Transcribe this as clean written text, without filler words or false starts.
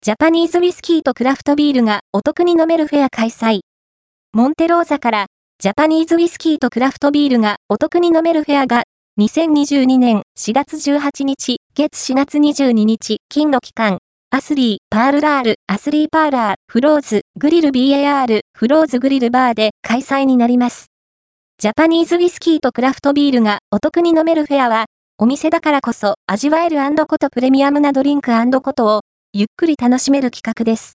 ジャパニーズウイスキーとクラフトビールがお得に飲めるフェア開催。モンテローザからジャパニーズウイスキーとクラフトビールがお得に飲めるフェアが2022年4月18日、月4月22日、金の期間、アスリー、パールラール、アスリーパーラー、フローズ、グリル BAR、フローズグリルバーで開催になります。ジャパニーズウイスキーとクラフトビールがお得に飲めるフェアは、お店だからこそ味わえる&ことプレミアムなドリンク&ことをゆっくり楽しめる企画です。